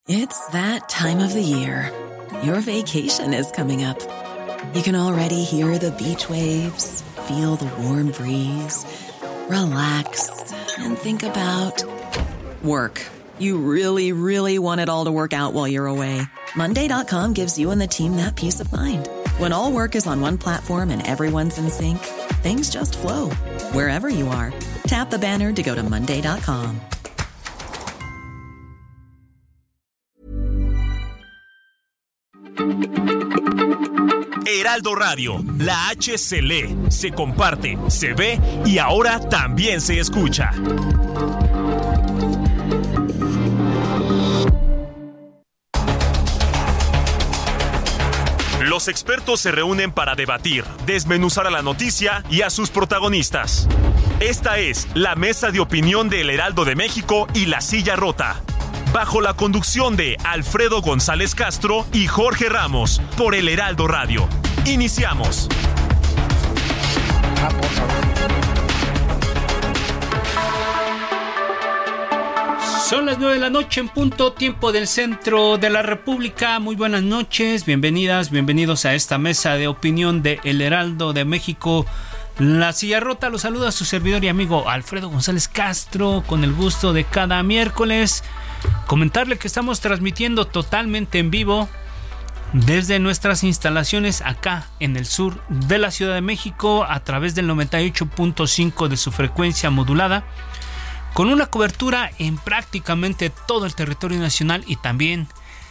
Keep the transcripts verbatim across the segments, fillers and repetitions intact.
It's that time of the year. Your vacation is coming up. You can already hear the beach waves, feel the warm breeze, relax, and think about work. You really, really want it all to work out while you're away. Monday dot com gives you and the team that peace of mind. When all work is on one platform and everyone's in sync, things just flow. Wherever you are, tap the banner to go to Monday dot com. Heraldo Radio, la H se lee, se comparte, se ve y ahora también se escucha. Los expertos se reúnen para debatir, desmenuzar a la noticia y a sus protagonistas. Esta es la mesa de opinión de El Heraldo de México y La Silla Rota. Bajo la conducción de Alfredo González Castro y Jorge Ramos, por El Heraldo Radio. Iniciamos. Son las nueve de la noche en punto, tiempo del centro de la República. Muy buenas noches, bienvenidas, bienvenidos a esta mesa de opinión de El Heraldo de México. La Silla Rota, los saluda a su servidor y amigo Alfredo González Castro, con el gusto de cada miércoles comentarle que estamos transmitiendo totalmente en vivo desde nuestras instalaciones acá en el sur de la Ciudad de México a través del noventa y ocho punto cinco de su frecuencia modulada, con una cobertura en prácticamente todo el territorio nacional y también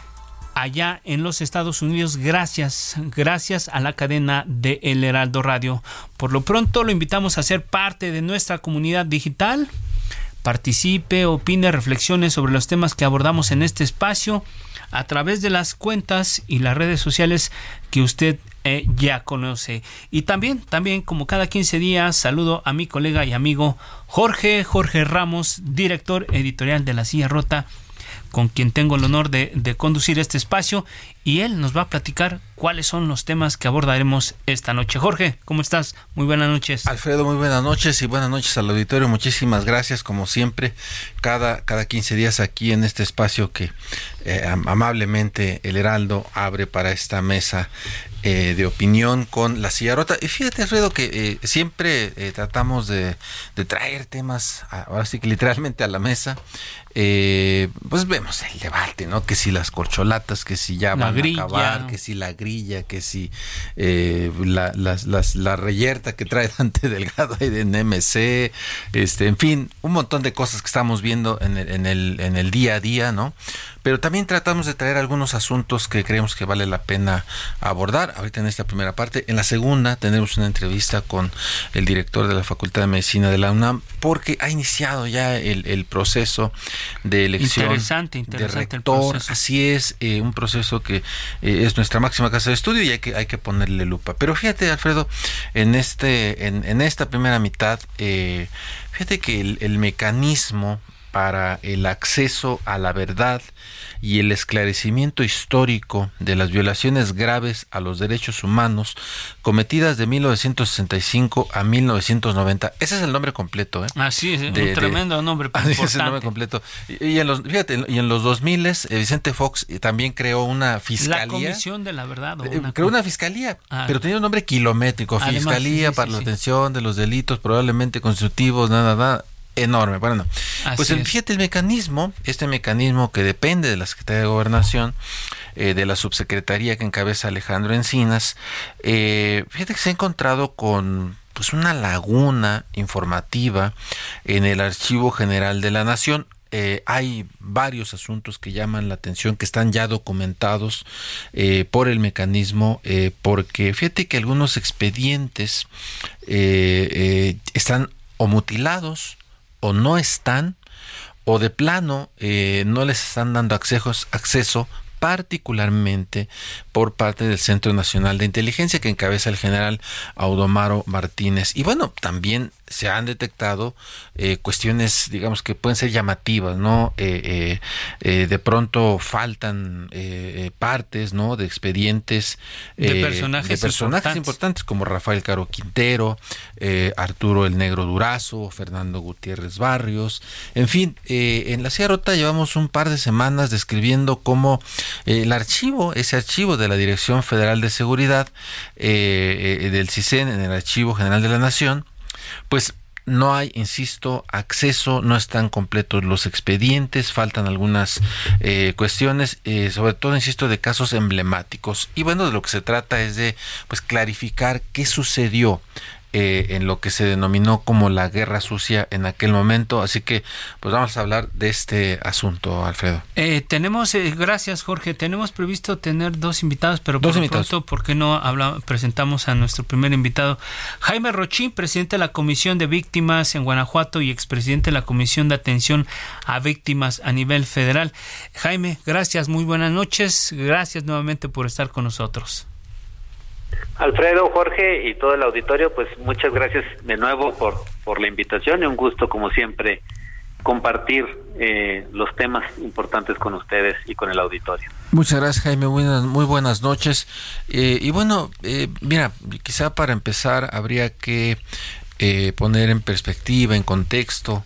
allá en los Estados Unidos, gracias, gracias a la cadena de El Heraldo Radio. Por lo pronto lo invitamos a ser parte de nuestra comunidad digital. Participe, opine, reflexione sobre los temas que abordamos en este espacio a través de las cuentas y las redes sociales que usted eh, ya conoce. Y también, también, como cada quince días, saludo a mi colega y amigo Jorge, Jorge Ramos, director editorial de La Silla Rota, con quien tengo el honor de, de conducir este espacio, y él nos va a platicar cuáles son los temas que abordaremos esta noche. Jorge, ¿cómo estás? Muy buenas noches. Alfredo, muy buenas noches y buenas noches al auditorio. Muchísimas gracias, como siempre, cada, cada quince días aquí en este espacio que eh, amablemente El Heraldo abre para esta mesa eh, de opinión con La Silla Rota. Y fíjate, Alfredo, que eh, siempre eh, tratamos de, de traer temas, a, ahora sí que literalmente a la mesa. Eh, pues vemos el debate, ¿no? Que si las corcholatas, que si ya van a acabar, que si la grilla, que si eh, la, las, las, la reyerta que trae Dante Delgado ahí de M C, este, en fin, un montón de cosas que estamos viendo en el, en el, en el día a día, ¿no? Pero también tratamos de traer algunos asuntos que creemos que vale la pena abordar. Ahorita en esta primera parte. En la segunda tenemos una entrevista con el director de la Facultad de Medicina de la UNAM, porque ha iniciado ya el, el proceso de elección interesante, interesante de rector. El proceso. Así es, eh, un proceso que eh, es nuestra máxima casa de estudio y hay que, hay que ponerle lupa. Pero fíjate, Alfredo, en, este, en, en esta primera mitad, eh, fíjate que el, el mecanismo para el acceso a la verdad y el esclarecimiento histórico de las violaciones graves a los derechos humanos cometidas de mil novecientos sesenta y cinco a mil novecientos noventa. Ese es el nombre completo, ¿eh? Así es, de, un tremendo de, nombre. Así es el nombre completo. Y, y en los, fíjate, y en los dos mil, eh, Vicente Fox también creó una fiscalía. La Comisión de la Verdad. Eh, una creó una fiscalía, ah, pero tenía un nombre kilométrico. Además, Fiscalía sí, sí, para sí, la sí. atención de los delitos probablemente constitutivos, nada, nada. Enorme, bueno, no. Pues el, fíjate el mecanismo, este mecanismo que depende de la Secretaría de Gobernación, eh, de la subsecretaría que encabeza Alejandro Encinas, eh, fíjate que se ha encontrado con pues una laguna informativa en el Archivo General de la Nación. Eh, hay varios asuntos que llaman la atención, que están ya documentados eh, por el mecanismo, eh, porque fíjate que algunos expedientes eh, eh, están o mutilados, o no están, o de plano eh, no les están dando accesos, acceso, particularmente por parte del Centro Nacional de Inteligencia que encabeza el general Audomaro Martínez. Y bueno, también se han detectado eh, cuestiones, digamos, que pueden ser llamativas, ¿no? Eh, eh, eh, de pronto faltan eh, partes, ¿no? De expedientes eh, de personajes, de personajes importantes. importantes como Rafael Caro Quintero, eh, Arturo el Negro Durazo, Fernando Gutiérrez Barrios, en fin, eh, en la Silla Rota llevamos un par de semanas describiendo cómo eh, el archivo, ese archivo de la Dirección Federal de Seguridad eh, eh, del CISEN, en el Archivo General de la Nación, pues no hay, insisto, acceso, no están completos los expedientes, faltan algunas eh, cuestiones, eh, sobre todo, insisto, de casos emblemáticos. Y bueno, de lo que se trata es de pues clarificar qué sucedió Eh, en lo que se denominó como la Guerra Sucia en aquel momento. Así que pues vamos a hablar de este asunto, Alfredo. Eh, tenemos, eh, gracias Jorge, tenemos previsto tener dos invitados, pero dos por invitados. pronto, ¿por qué no habla, presentamos a nuestro primer invitado? Jaime Rochín, presidente de la Comisión de Víctimas en Guanajuato y expresidente de la Comisión de Atención a Víctimas a nivel federal. Jaime, gracias, muy buenas noches, gracias nuevamente por estar con nosotros. Alfredo, Jorge y todo el auditorio, pues muchas gracias de nuevo por, por la invitación y un gusto como siempre compartir eh, los temas importantes con ustedes y con el auditorio. Muchas gracias, Jaime, buenas, muy buenas noches. Eh, y bueno, eh, mira, quizá para empezar habría que eh, poner en perspectiva, en contexto,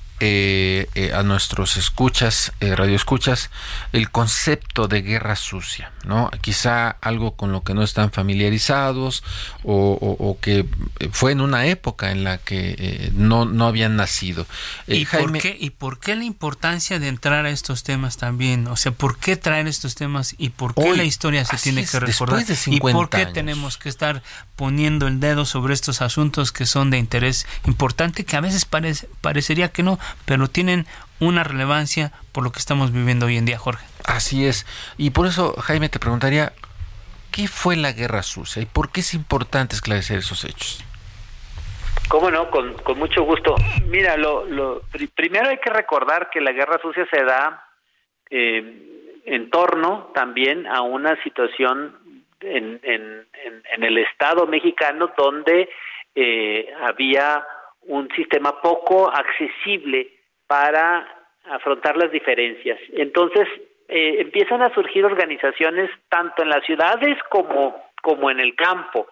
Eh, eh, a nuestros escuchas, eh, radioescuchas, el concepto de guerra sucia, ¿no? Quizá algo con lo que no están familiarizados o, o, o que fue en una época en la que eh, no, no habían nacido. Eh, ¿Y, Jaime, por qué, ¿Y por qué la importancia de entrar a estos temas también? O sea, ¿por qué traer estos temas y por qué hoy, la historia se tiene que recordar? ¿Y por qué años. tenemos que estar poniendo el dedo sobre estos asuntos que son de interés importante, que a veces parece, parecería que no, pero tienen una relevancia por lo que estamos viviendo hoy en día, Jorge? Así es. Y por eso, Jaime, te preguntaría, ¿qué fue la Guerra Sucia y por qué es importante esclarecer esos hechos? ¿Cómo no? Con, con mucho gusto. Mira, lo, lo pr- primero hay que recordar que la Guerra Sucia se da eh, en torno también a una situación en, en, en, en el Estado mexicano donde eh, había un sistema poco accesible para afrontar las diferencias. Entonces, eh, empiezan a surgir organizaciones tanto en las ciudades como, como en el campo,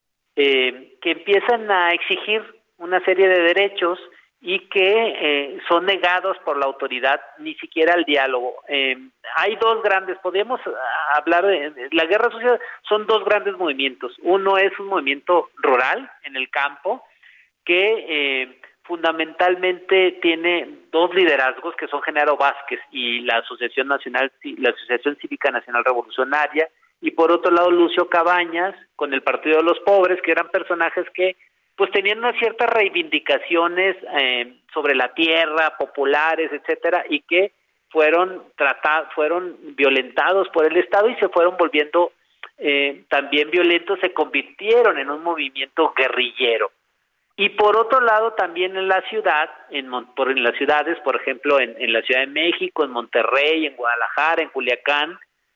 eh, que empiezan a exigir una serie de derechos y que eh, son negados por la autoridad, ni siquiera al diálogo. Eh, hay dos grandes, podríamos hablar de, la Guerra Sucia, son dos grandes movimientos. Uno es un movimiento rural en el campo, que eh, fundamentalmente tiene dos liderazgos, que son Genaro Vázquez y la Asociación Nacional, la Asociación Cívica Nacional Revolucionaria, y por otro lado Lucio Cabañas con el Partido de los Pobres, que eran personajes que pues tenían unas ciertas reivindicaciones eh, sobre la tierra, populares, etcétera, y que fueron tratados, fueron violentados por el Estado y se fueron volviendo eh, también violentos, se convirtieron en un movimiento guerrillero. Y por otro lado, también en la ciudad, en, por, en las ciudades, por ejemplo, en, en la Ciudad de México, en Monterrey, en Guadalajara, en Culiacán,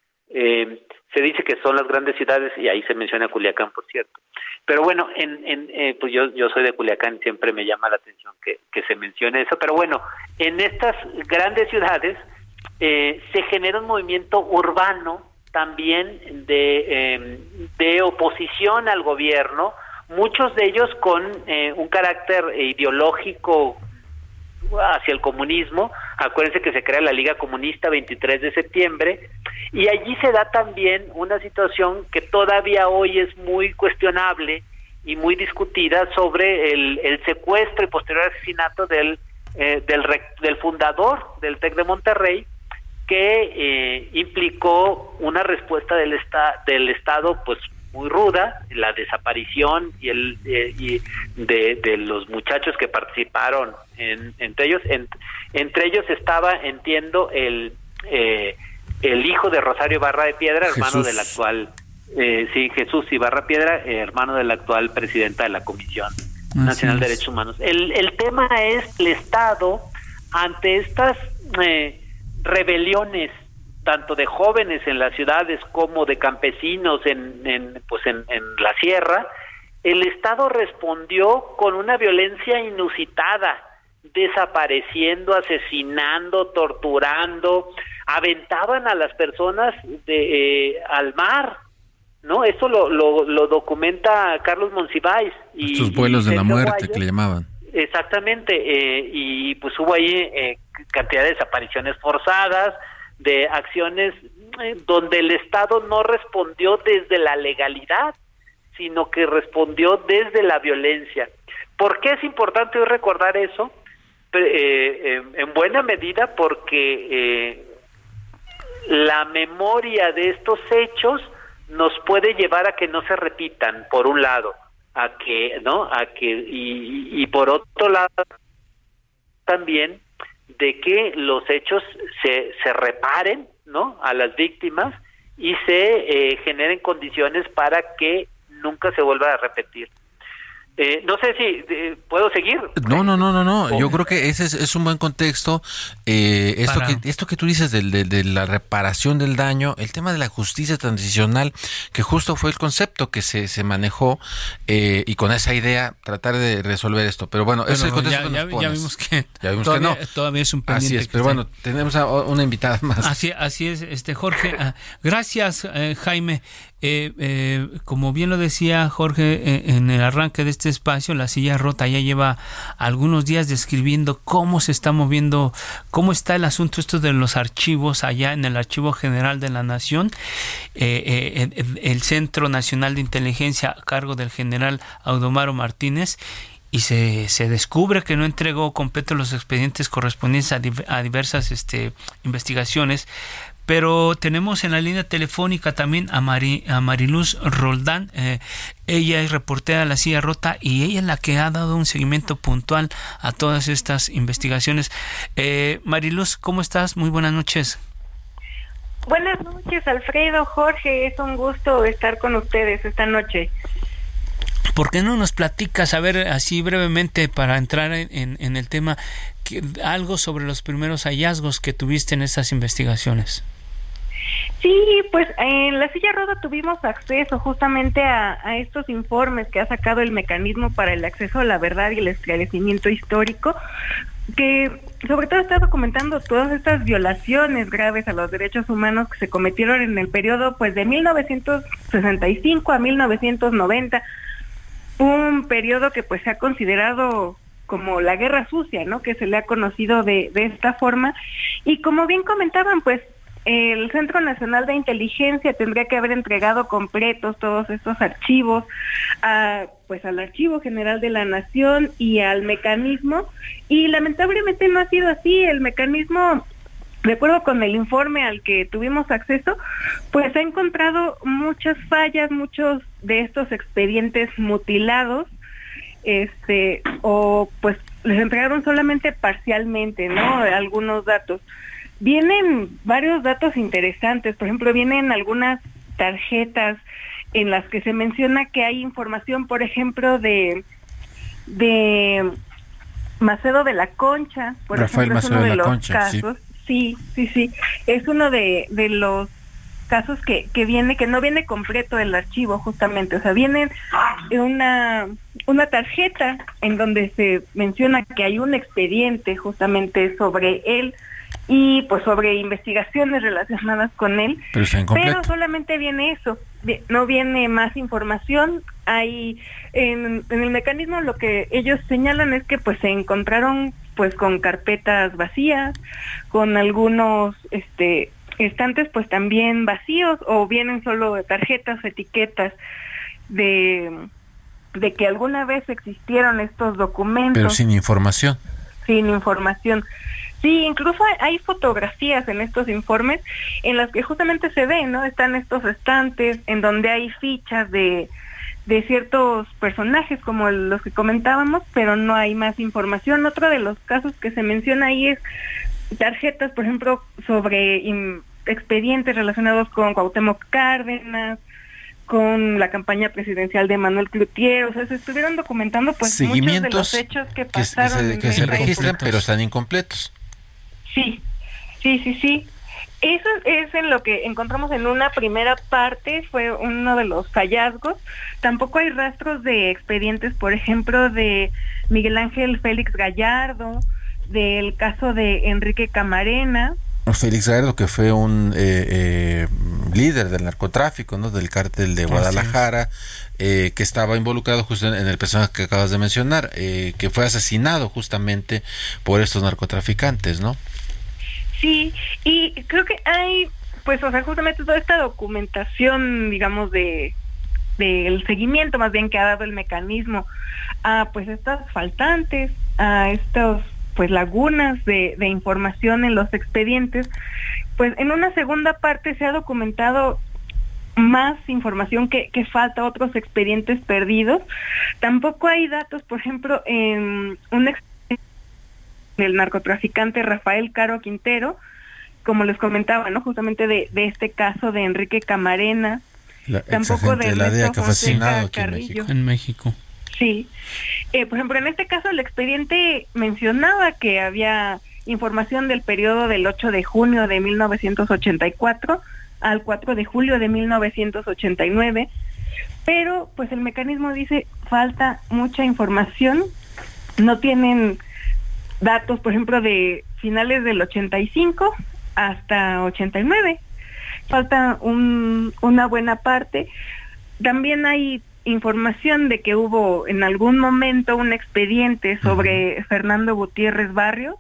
eh, se dice que son las grandes ciudades, y ahí se menciona Culiacán, por cierto. Pero bueno, en, en eh, pues yo yo soy de Culiacán, siempre me llama la atención que, que se mencione eso. Pero bueno, en estas grandes ciudades eh, se genera un movimiento urbano también de, eh, de oposición al gobierno, muchos de ellos con eh, un carácter ideológico hacia el comunismo. Acuérdense que se crea la Liga Comunista veintitrés de septiembre, y allí se da también una situación que todavía hoy es muy cuestionable y muy discutida sobre el, el secuestro y posterior asesinato del, eh, del, del fundador del TEC de Monterrey, que eh, implicó una respuesta del, esta, del Estado pues muy ruda, la desaparición y el eh, y de, de los muchachos que participaron en, entre ellos en, entre ellos estaba, entiendo, el eh, el hijo de Rosario Ibarra de Piedra, Jesús. hermano del actual eh, sí Jesús Ibarra Piedra, eh, hermano de la actual presidenta de la Comisión Así Nacional es. de Derechos Humanos. El el tema es el Estado ante estas eh, rebeliones tanto de jóvenes en las ciudades como de campesinos en, en pues en, en la sierra, el Estado respondió con una violencia inusitada, desapareciendo, asesinando, torturando, aventaban a las personas de, eh, al mar, ¿no? Eso lo, lo, lo documenta Carlos Monsiváis. Y, Estos vuelos y de la muerte Guayo, que le llamaban. Exactamente, eh, y pues hubo ahí eh, cantidad de desapariciones forzadas, de acciones eh, donde el Estado no respondió desde la legalidad, sino que respondió desde la violencia. ¿Por qué es importante hoy recordar eso? Eh, eh, en buena medida porque eh, la memoria de estos hechos nos puede llevar a que no se repitan, por un lado, a que, ¿no? A que y, y por otro lado también de que los hechos se se reparen, ¿no? A las víctimas y se eh, generen condiciones para que nunca se vuelva a repetir. Eh, no sé si eh, puedo seguir. No, no, no, no, no. Yo creo que ese es, es un buen contexto. Eh, esto Para... que esto que tú dices de, de, de la reparación del daño, el tema de la justicia transicional, que justo fue el concepto que se, se manejó eh, y con esa idea tratar de resolver esto. Pero bueno, pero ese es el contexto ya, que nos ya, pones. ya vimos que, ya vimos todavía, que no. Todavía es un pendiente. Así es, pero bueno, tenemos a una invitada más. Así, así es, este Jorge. Uh, gracias, eh, Jaime. Eh, eh, como bien lo decía Jorge eh, en el arranque de este espacio, La Silla Rota ya lleva algunos días describiendo cómo se está moviendo, cómo está el asunto esto de los archivos allá en el Archivo General de la Nación, eh, eh, el Centro Nacional de Inteligencia a cargo del general Audomaro Martínez. Y se, se descubre que no entregó completo los expedientes correspondientes a, div- a diversas este, investigaciones. Pero tenemos en la línea telefónica también a, Mari, a Mariluz Roldán. Eh, ella es reportera de La Silla Rota y ella es la que ha dado un seguimiento puntual a todas estas investigaciones. Eh, Mariluz, ¿cómo estás? Muy buenas noches. Buenas noches, Alfredo, Jorge. Es un gusto estar con ustedes esta noche. ¿Por qué no nos platicas, a ver, así brevemente para entrar en, en, en el tema, que, algo sobre los primeros hallazgos que tuviste en estas investigaciones? Sí, pues en La Silla Rota tuvimos acceso justamente a, a estos informes que ha sacado el Mecanismo para el Acceso a la Verdad y el Esclarecimiento Histórico, que sobre todo está documentando todas estas violaciones graves a los derechos humanos que se cometieron en el periodo pues de mil novecientos sesenta y cinco a mil novecientos noventa, un periodo que pues se ha considerado como la guerra sucia, ¿no? Que se le ha conocido de, de esta forma. Y como bien comentaban, pues el Centro Nacional de Inteligencia tendría que haber entregado completos todos estos archivos a, pues al Archivo General de la Nación y al mecanismo, y lamentablemente no ha sido así. El mecanismo, de acuerdo con el informe al que tuvimos acceso, pues ha encontrado muchas fallas, muchos de estos expedientes mutilados, este, o pues les entregaron solamente parcialmente, ¿no? Algunos datos. Vienen varios datos interesantes, por ejemplo, vienen algunas tarjetas en las que se menciona que hay información, por ejemplo, de de Macedo de la Concha, por Rafael ejemplo, es uno Macedo de de la los Concha, casos. Sí, sí, sí, es uno de, de los casos que, que viene, que no viene completo el archivo justamente, o sea, viene una, una tarjeta en donde se menciona que hay un expediente justamente sobre él y pues sobre investigaciones relacionadas con él, pero, está incompleto. Pero solamente viene eso, no viene más información. Hay en, en el mecanismo lo que ellos señalan es que pues se encontraron pues con carpetas vacías, con algunos este estantes pues también vacíos, o vienen solo tarjetas, etiquetas de de que alguna vez existieron estos documentos. Pero sin información. Sin información. Sí, incluso hay fotografías en estos informes en las que justamente se ve, ¿no? Están estos estantes en donde hay fichas de, de ciertos personajes como los que comentábamos, pero no hay más información. Otro de los casos que se menciona ahí es tarjetas, por ejemplo, sobre in, expedientes relacionados con Cuauhtémoc Cárdenas, con la campaña presidencial de Manuel Cloutier. O sea, se estuvieron documentando pues muchos de los hechos que pasaron. Que se, que se registran, pero están incompletos. Sí, sí, sí, sí. Eso es en lo que encontramos en una primera parte, fue uno de los hallazgos. Tampoco hay rastros de expedientes, por ejemplo, de Miguel Ángel Félix Gallardo, del caso de Enrique Camarena. Félix Gallardo, que fue un eh, eh, líder del narcotráfico, ¿no? Del cártel de Guadalajara, eh, que estaba involucrado justo en, en el personaje que acabas de mencionar, eh, que fue asesinado justamente por estos narcotraficantes, ¿no? Sí, y creo que hay, pues, o sea, justamente toda esta documentación, digamos, de del seguimiento más bien que ha dado el mecanismo a, pues, estas faltantes, a estos, pues, lagunas de, de información en los expedientes. Pues en una segunda parte se ha documentado más información que, que falta, otros expedientes perdidos. Tampoco hay datos, por ejemplo, en un expediente del narcotraficante Rafael Caro Quintero, como les comentaba, ¿no? Justamente de, de este caso de Enrique Camarena, la, tampoco de, de la D E A que fue asesinado aquí en México. En México. Sí. Eh, por ejemplo, en este caso el expediente mencionaba que había información del periodo del ocho de junio de mil novecientos ochenta y cuatro al cuatro de julio de mil novecientos ochenta y nueve, pero pues el mecanismo dice falta mucha información, no tienen datos, por ejemplo, de finales del ochenta y cinco hasta ochenta y nueve. Falta un, una buena parte. También hay información de que hubo en algún momento un expediente sobre uh-huh. Fernando Gutiérrez Barrios,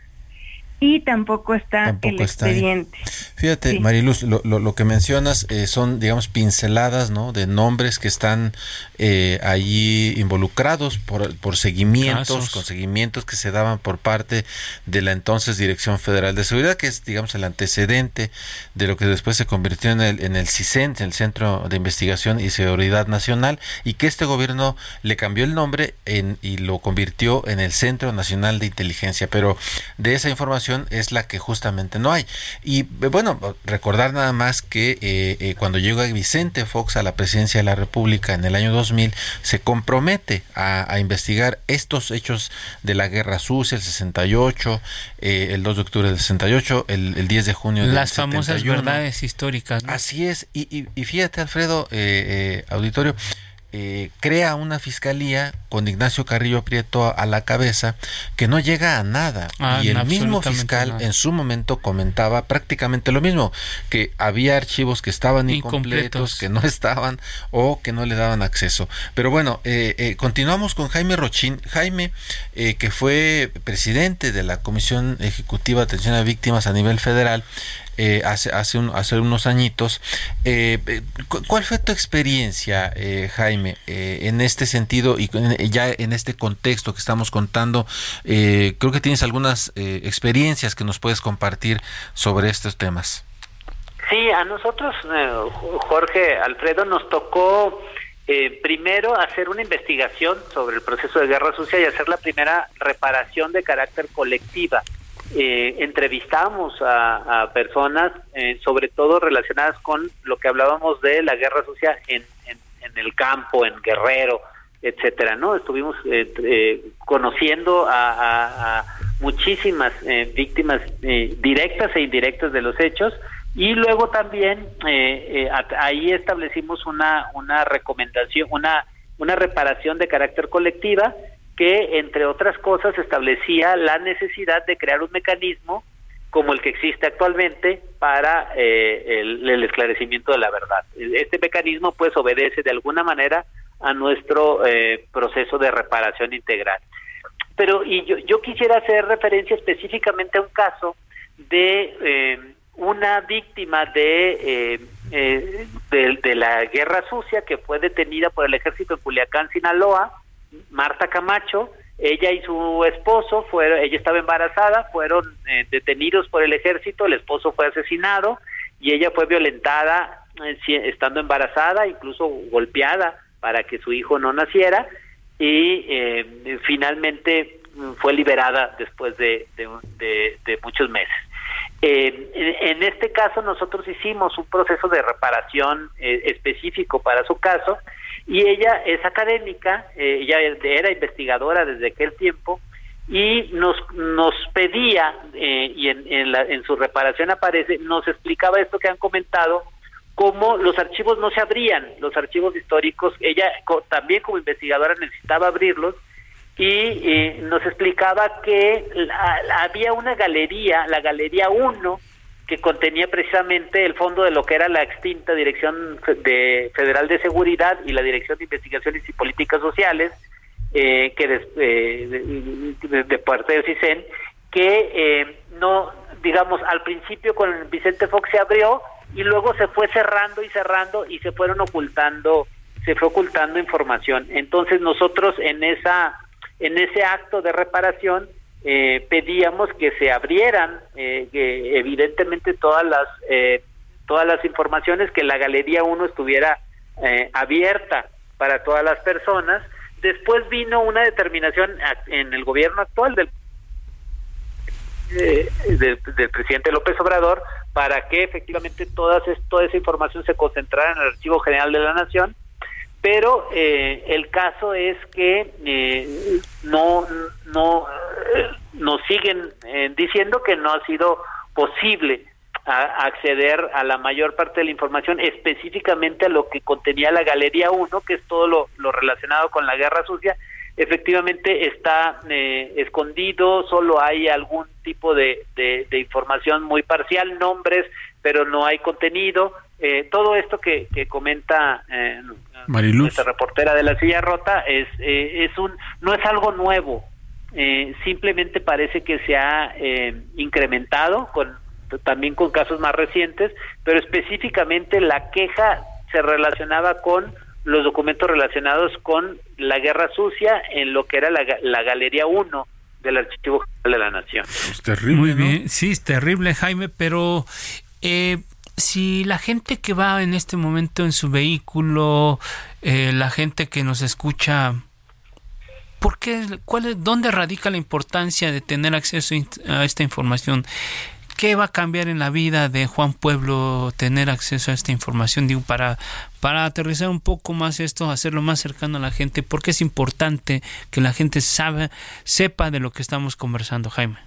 y tampoco está tampoco el expediente. Está Fíjate, sí. Mariluz, lo, lo, lo que mencionas eh, son, digamos, pinceladas, ¿no? De nombres que están eh, allí involucrados por, por seguimientos, Casos. con seguimientos que se daban por parte de la entonces Dirección Federal de Seguridad, que es, digamos, el antecedente de lo que después se convirtió en el, en el CISEN, el Centro de Investigación y Seguridad Nacional, y que este gobierno le cambió el nombre en, y lo convirtió en el Centro Nacional de Inteligencia, pero de esa información es la que justamente no hay. Y bueno, recordar nada más que eh, eh, cuando llega Vicente Fox a la presidencia de la República en el año dos mil, se compromete a, a investigar estos hechos de la Guerra Sucia, el sesenta y ocho, eh, el dos de octubre del sesenta y ocho, el, el diez de junio del Las setenta y uno. famosas verdades históricas, ¿no? Así es, y, y, y fíjate, Alfredo, eh, eh, auditorio, Eh, crea una fiscalía con Ignacio Carrillo Prieto a, a la cabeza que no llega a nada. Ah, y el mismo fiscal nada. en su momento comentaba prácticamente lo mismo, que había archivos que estaban incompletos, incompletos, que no estaban o que no le daban acceso. Pero bueno, eh, eh, continuamos con Jaime Rochín. Jaime, eh, que fue presidente de la Comisión Ejecutiva de Atención a Víctimas a nivel federal, Eh, hace hace, un, hace unos añitos. Eh, ¿Cuál fue tu experiencia, eh, Jaime, eh, en este sentido y ya en este contexto que estamos contando? Eh, creo que tienes algunas eh, experiencias que nos puedes compartir sobre estos temas. Sí, a nosotros, eh, Jorge, Alfredo, nos tocó eh, primero hacer una investigación sobre el proceso de Guerra Sucia y hacer la primera reparación de carácter colectiva. Eh, entrevistamos a, a personas, eh, sobre todo relacionadas con lo que hablábamos de la Guerra Sucia en, en, en el campo, en Guerrero, etcétera, ¿no? Estuvimos eh, eh, conociendo a, a, a muchísimas eh, víctimas eh, directas e indirectas de los hechos, y luego también eh, eh, ahí establecimos una una recomendación, una una reparación de carácter colectiva, que entre otras cosas establecía la necesidad de crear un mecanismo como el que existe actualmente para eh, el, el esclarecimiento de la verdad. Este mecanismo pues obedece de alguna manera a nuestro eh, proceso de reparación integral. Pero y yo, yo quisiera hacer referencia específicamente a un caso de eh, una víctima de, eh, eh, de de la Guerra Sucia que fue detenida por el ejército en Culiacán, Sinaloa, Marta Camacho. Ella y su esposo fueron, ella estaba embarazada, fueron eh, detenidos por el ejército, el esposo fue asesinado y ella fue violentada eh, estando embarazada, incluso golpeada para que su hijo no naciera, y eh, finalmente fue liberada después de, de, de, de muchos meses. Eh, en, en este caso nosotros hicimos un proceso de reparación eh, específico para su caso, y ella es académica, eh, ella era investigadora desde aquel tiempo, y nos nos pedía, eh, y en, en, la, en su reparación aparece, nos explicaba esto que han comentado, cómo los archivos no se abrían, los archivos históricos, ella co, también como investigadora necesitaba abrirlos, y eh, nos explicaba que la, la, había una galería, la Galería uno, que contenía precisamente el fondo de lo que era la extinta Dirección de Federal de Seguridad y la Dirección de Investigaciones y Políticas Sociales, eh, que des, eh, de, de parte del CISEN, que eh, no, digamos, al principio con Vicente Fox se abrió y luego se fue cerrando y cerrando y se fueron ocultando, se fue ocultando información. Entonces nosotros en esa, en ese acto de reparación eh, pedíamos que se abrieran, eh, que evidentemente todas las, eh, todas las informaciones, que la Galería uno estuviera eh, abierta para todas las personas. Después vino una determinación en el gobierno actual del, eh, del, del presidente López Obrador para que efectivamente todas, toda esa información se concentrara en el Archivo General de la Nación, pero eh, el caso es que eh, no, no eh, nos siguen eh, diciendo que no ha sido posible a acceder a la mayor parte de la información, específicamente a lo que contenía la Galería uno, que es todo lo, lo relacionado con la Guerra Sucia. Efectivamente está eh, escondido, solo hay algún tipo de, de, de información muy parcial, nombres, pero no hay contenido. Eh, todo esto que, que comenta eh, nuestra reportera de La Silla Rota es, eh, es un, no es algo nuevo, eh, simplemente parece que se ha eh, incrementado con también con casos más recientes, pero específicamente la queja se relacionaba con los documentos relacionados con la Guerra Sucia en lo que era la, la Galería uno del Archivo General de la Nación. Es terrible, muy bien, ¿no? Sí, es terrible, Jaime, pero eh, si la gente que va en este momento en su vehículo, eh, la gente que nos escucha, ¿por qué, cuál es, dónde radica la importancia de tener acceso a esta información? ¿Qué va a cambiar en la vida de Juan Pueblo tener acceso a esta información? Digo, para, para aterrizar un poco más esto, hacerlo más cercano a la gente, ¿por qué es importante que la gente sabe, sepa de lo que estamos conversando, Jaime?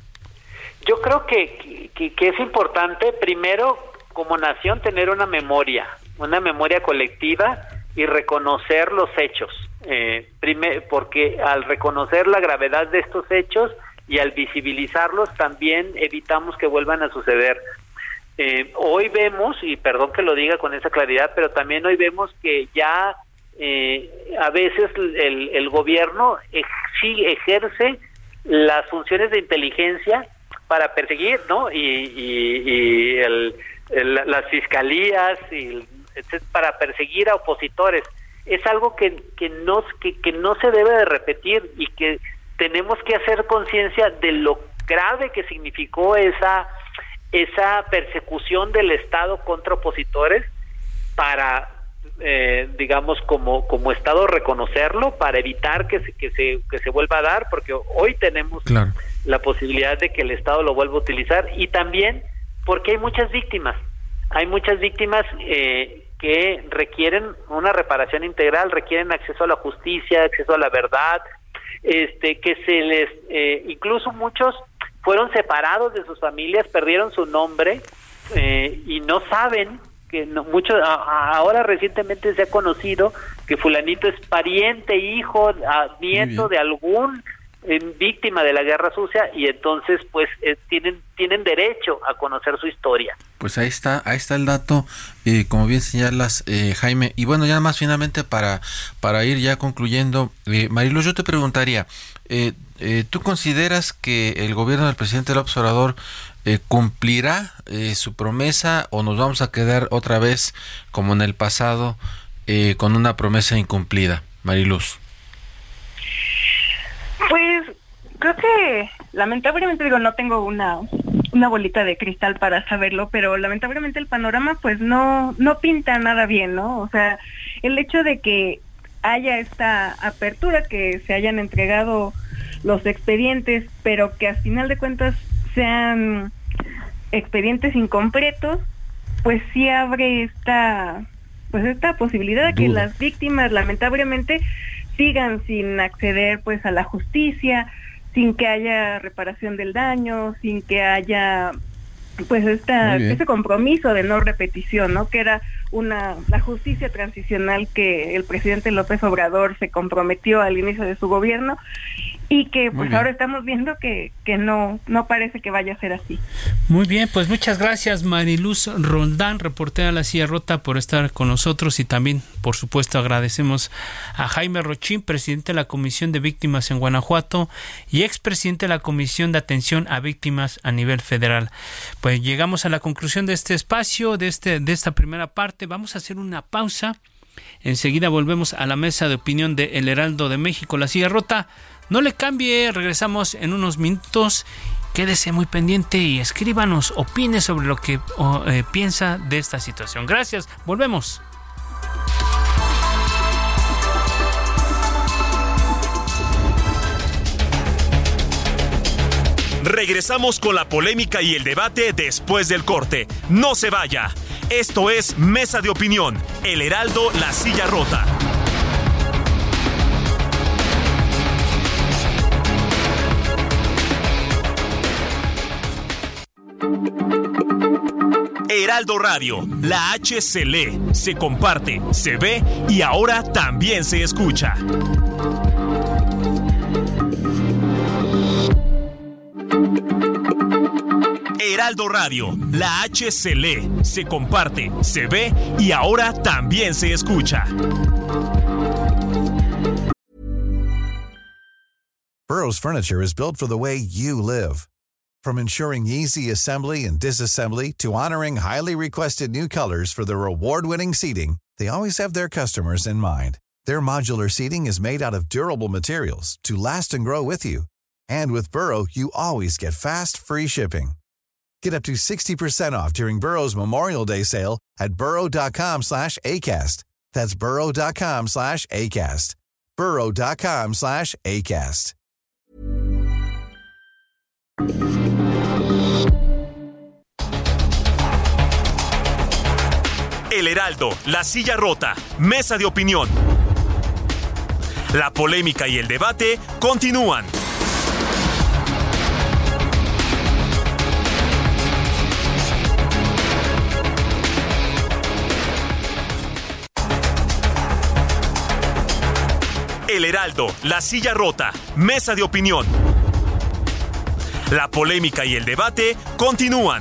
Yo creo que, que, que es importante, primero, como nación, tener una memoria, una memoria colectiva y reconocer los hechos. Eh, primer, porque al reconocer la gravedad de estos hechos, y al visibilizarlos también evitamos que vuelvan a suceder. Eh, hoy vemos, y perdón que lo diga con esa claridad, pero también hoy vemos que ya eh, a veces el, el gobierno ej, sí ejerce las funciones de inteligencia para perseguir, ¿no? Y, y, y el, el, las fiscalías, y, etcétera, para perseguir a opositores. Es algo que, que, no, que, que no se debe de repetir y que tenemos que hacer conciencia de lo grave que significó esa esa persecución del Estado contra opositores para, eh, digamos, como como Estado reconocerlo, para evitar que se, que se que se vuelva a dar, porque hoy tenemos claro. la posibilidad de que el Estado lo vuelva a utilizar, y también porque hay muchas víctimas, hay muchas víctimas eh, que requieren una reparación integral, requieren acceso a la justicia, acceso a la verdad, este que se les eh, incluso muchos fueron separados de sus familias, perdieron su nombre eh, y no saben que no, muchos a, ahora recientemente se ha conocido que fulanito es pariente, hijo, a, nieto de algún eh, víctima de la Guerra Sucia, y entonces pues eh, tienen tienen derecho a conocer su historia. Pues ahí está, ahí está el dato, eh, como bien señalas, eh, Jaime. Y bueno, ya más finalmente para para ir ya concluyendo, eh, Mariluz, yo te preguntaría, eh, eh, ¿tú consideras que el gobierno del presidente López Obrador eh, cumplirá eh, su promesa, o nos vamos a quedar otra vez como en el pasado eh, con una promesa incumplida, Mariluz? Pues creo que lamentablemente, digo, no tengo una una bolita de cristal para saberlo, pero lamentablemente el panorama pues no no pinta nada bien, ¿no? O sea, el hecho de que haya esta apertura, que se hayan entregado los expedientes, pero que al final de cuentas sean expedientes incompletos, pues sí abre esta pues esta posibilidad de que Duda. las víctimas lamentablemente sigan sin acceder pues a la justicia, sin que haya reparación del daño, sin que haya pues esta ese compromiso de no repetición, ¿no? Que era una la justicia transicional que el presidente López Obrador se comprometió al inicio de su gobierno y que pues ahora estamos viendo que, que no, no parece que vaya a ser así. Muy bien, pues muchas gracias Mariluz Roldán, reportera de La Silla Rota, por estar con nosotros, y también, por supuesto, agradecemos a Jaime Rochín, presidente de la Comisión de Víctimas en Guanajuato y expresidente de la Comisión de Atención a Víctimas a nivel federal. Pues llegamos a la conclusión de este espacio, de, este, de esta primera parte. Vamos a hacer una pausa. Enseguida volvemos a la mesa de opinión de El Heraldo de México, La Silla Rota. No le cambie, regresamos en unos minutos. Quédese muy pendiente y escríbanos, opine sobre lo que o, eh, piensa de esta situación. Gracias, volvemos. Regresamos con la polémica y el debate después del corte. No se vaya. Esto es Mesa de Opinión, El Heraldo, La Silla Rota. Heraldo Radio, la H se lee, se comparte, se ve y ahora también se escucha. Heraldo Radio, la H se lee, se comparte, se ve y ahora también se escucha. Burrow's furniture is built for the way you live. From ensuring easy assembly and disassembly to honoring highly requested new colors for their award-winning seating, they always have their customers in mind. Their modular seating is made out of durable materials to last and grow with you. And with Burrow, you always get fast, free shipping. Get up to sixty percent off during Burrow's Memorial Day sale at burrow.com slash ACAST. That's burrow.com slash ACAST. burrow.com slash ACAST. El Heraldo, La Silla Rota, Mesa de Opinión. La polémica y el debate continúan. El Heraldo, La Silla Rota, Mesa de Opinión. La polémica y el debate continúan.